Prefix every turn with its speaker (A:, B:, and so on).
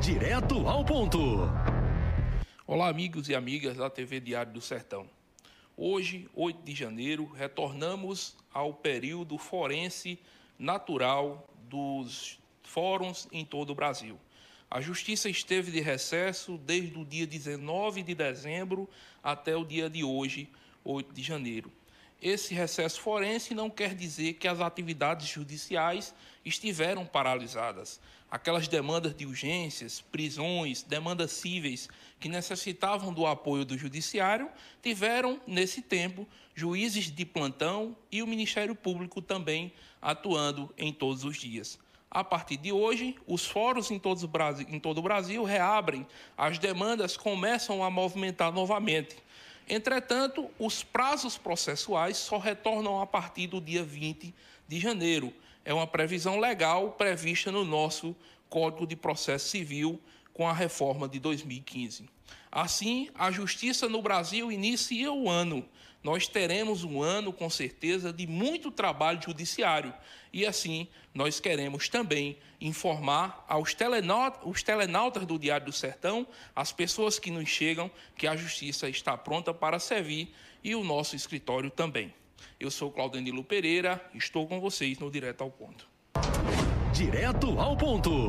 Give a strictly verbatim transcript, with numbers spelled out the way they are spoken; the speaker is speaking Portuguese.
A: Direto ao ponto.
B: Olá, amigos e amigas da T V Diário do Sertão. Hoje, oito de janeiro, retornamos ao período forense natural dos fóruns em todo o Brasil. A Justiça esteve de recesso desde o dia dezenove de dezembro até o dia de hoje, oito de janeiro. Esse recesso forense não quer dizer que as atividades judiciais estiveram paralisadas. Aquelas demandas de urgências, prisões, demandas cíveis que necessitavam do apoio do Judiciário, tiveram, nesse tempo, juízes de plantão e o Ministério Público também atuando em todos os dias. A partir de hoje, os fóruns em todo o Brasil, em todo o Brasil reabrem, as demandas começam a movimentar novamente. Entretanto, os prazos processuais só retornam a partir do dia vinte de janeiro. É uma previsão legal prevista no nosso Código de Processo Civil com a reforma de dois mil e quinze. Assim, a Justiça no Brasil inicia o ano. Nós teremos um ano, com certeza, de muito trabalho judiciário. E assim, nós queremos também informar aos telenautas, os telenautas do Diário do Sertão, as pessoas que nos chegam, que a Justiça está pronta para servir e o nosso escritório também. Eu sou Claudenilo Pereira, estou com vocês no Direto ao Ponto.
A: Direto ao ponto.